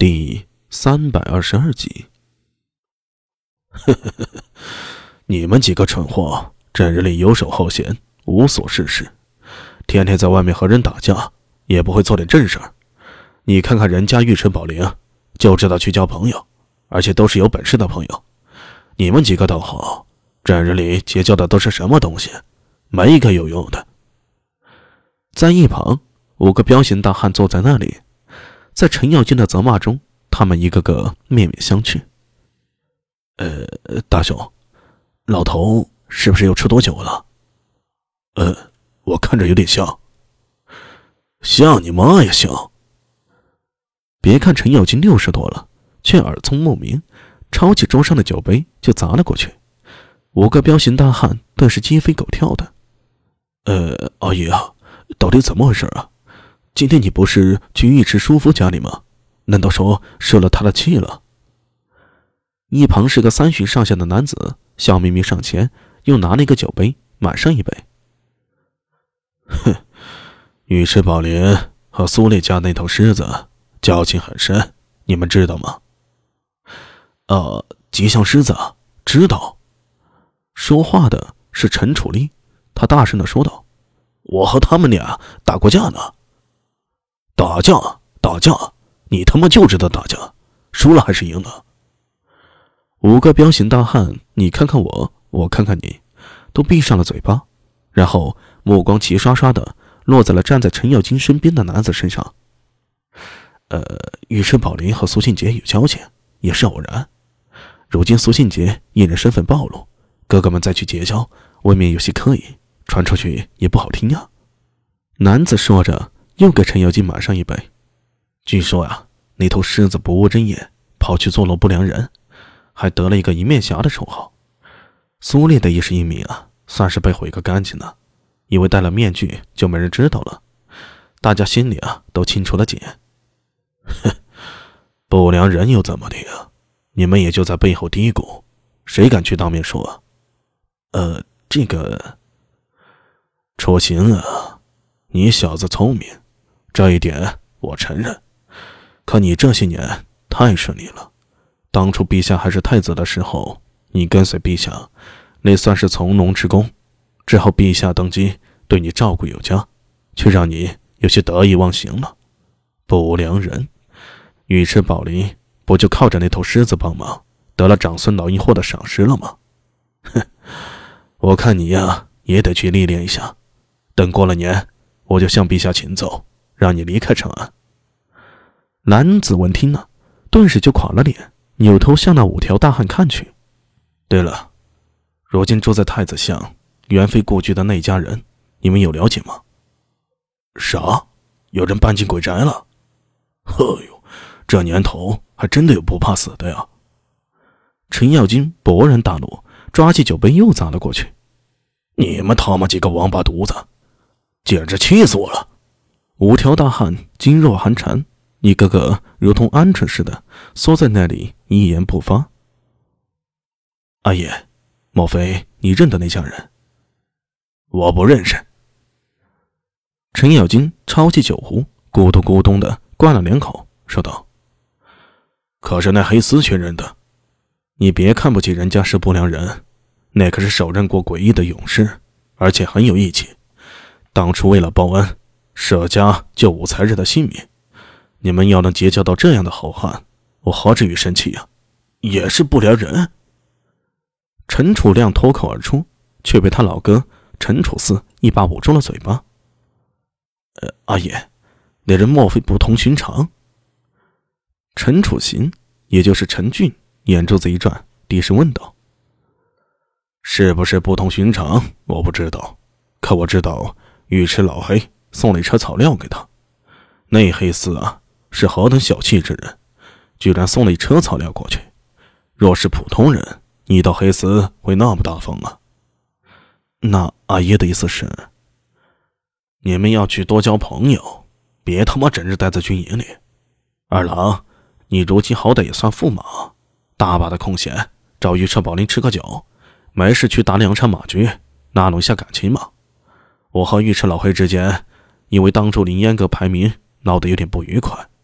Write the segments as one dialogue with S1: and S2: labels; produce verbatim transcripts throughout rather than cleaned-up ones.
S1: 第三百二十二集。呵呵呵，你们几个蠢货，整日里游手好闲，无所事事，天天在外面和人打架，也不会做点正事儿。你看看人家尉迟宝林，就知道去交朋友，而且都是有本事的朋友。你们几个倒好，整日里结交的都是什么东西？没一个有用的。在一旁，五个彪形大汉坐在那里，在程咬金的责骂中，他们一个个面面相觑。呃，大兄，老头是不是又吃多久了？呃，我看着有点像。像你妈呀像！别看程咬金六十多了，却耳聪目明，抄起桌上的酒杯就砸了过去。五个彪形大汉顿时鸡飞狗跳的。呃，阿爷啊，到底怎么回事啊？今天你不是去尉迟叔父家里吗？难道说受了他的气了？一旁是个三旬上下的男子，笑眯眯上前，又拿了一个酒杯，满上一杯。哼，尉迟宝林和苏烈家那头狮子交情很深，你们知道吗？呃，吉祥狮子知道。说话的是陈楚立，他大声地说道：“我和他们俩打过架呢。”打架打架，你他妈就知道打架，输了还是赢了？五个彪形大汉，你看看我，我看看你，都闭上了嘴巴，然后目光齐刷刷的落在了站在程咬金身边的男子身上。呃，尉迟宝林和苏信杰有交情，也是偶然。如今苏信杰一人身份暴露，哥哥们再去结交，未免有些刻意，传出去也不好听呀。男子说着，又给程咬金满上一杯。据说呀、啊，那头狮子不务正业，跑去做了不良人，还得了一个一面侠的称号。苏烈的亦是一名啊，算是被毁个干净了，因为戴了面具就没人知道了，大家心里啊都清楚了解。哼，不良人又怎么的呀？你们也就在背后嘀咕，谁敢去当面说啊？呃，这个楚行啊，你小子聪明，这一点我承认。可你这些年太顺利了，当初陛下还是太子的时候，你跟随陛下，那算是从龙之功。之后陛下登基，对你照顾有加，却让你有些得意忘形了。不良人，尉迟宝林不就靠着那头狮子帮忙，得了长孙老鹰货的赏识了吗？哼，我看你呀，也得去历练一下。等过了年，我就向陛下请奏，让你离开长安。男子闻听了，顿时就垮了脸，扭头向那五条大汉看去。对了，如今住在太子巷元妃故居的那家人，你们有了解吗？啥？有人搬进鬼宅了？呵呦，这年头还真的有不怕死的呀！程咬金勃然大怒，抓起酒杯又砸了过去。你们他妈几个王八犊子，简直气死我了！五条大汉噤若寒蝉，一个个如同鹌鹑似的缩在那里，一言不发。阿爷，莫非你认得那家人？我不认识。程咬金抄起酒壶，咕咚咕咚的灌了两口，说道：可是那黑丝却认得。你别看不起人家是不良人，那可是手刃过诡异的勇士，而且很有义气。当初为了报恩，舍家救武才人的性命。你们要能结交到这样的好汉，我何至于生气呀、啊？也是不良人。陈楚亮脱口而出，却被他老哥陈楚四一把捂住了嘴巴。呃，阿爷，那人莫非不同寻常？陈楚行，也就是陈俊，眼珠子一转，低声问道：是不是不同寻常我不知道，可我知道尉迟老黑送了一车草料给他。那黑厮啊，是何等小气之人，居然送了一车草料过去。若是普通人，你道黑厮会那么大方啊？那阿爷的意思是，你们要去多交朋友，别他妈整日待在军营里。二郎，你如今好歹也算驸马，大把的空闲，找尉迟宝林吃个酒，没事去打两场马局，拉拢一下感情嘛。我和尉迟老黑之间，因为当初凌烟阁排名闹得有点不愉快，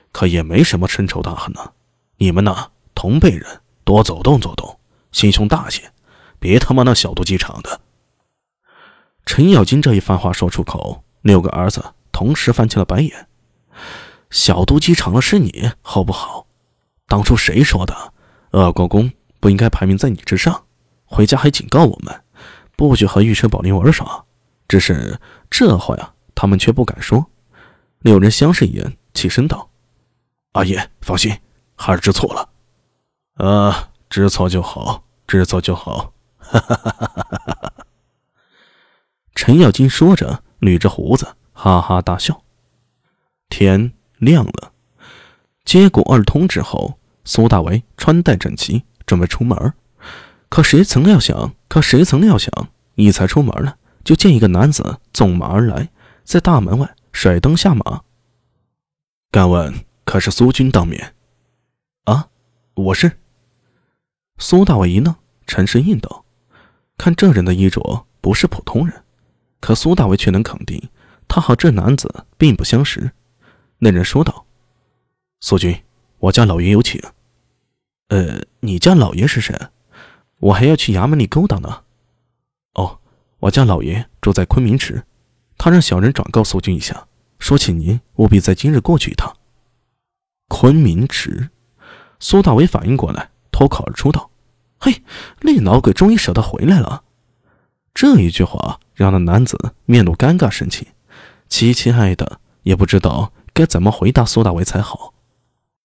S1: 可也没什么深仇大恨呢。你们呢，同辈人，多走动走动，心胸大些，别他妈那小肚鸡肠的。程咬金这一番话说出口，六个儿子同时翻起了白眼。小肚鸡肠的是你，好不好？当初谁说的？鄂国公不应该排名在你之上，回家还警告我们，不许和尉迟宝林玩耍。只是这话呀，他们却不敢说。六人相视一眼，起身道：阿爷放心，孩儿知错了。啊，知错就好，知错就好。哈哈哈哈哈哈。程咬金说着，捋着胡子，哈哈大笑。天亮了，接过二通之后，苏大为穿戴整齐，准备出门。可谁曾料想，可谁曾料想，一才出门呢，就见一个男子纵马而来，在大门外甩灯下马。敢问可是苏军当面？啊，我是。苏大伟一愣，沉声应道。看这人的衣着不是普通人，可苏大伟却能肯定他和这男子并不相识。那人说道：苏军，我家老爷有请。呃，你家老爷是谁？我还要去衙门里勾当呢。哦，我家老爷住在昆明池，他让小人转告苏军一下，说请您务必在今日过去一趟。昆明池。苏大伟反应过来，脱口而出道：嘿，那老鬼终于舍得回来了。这一句话让那男子面露尴尬神情，期期爱的也不知道该怎么回答苏大为才好。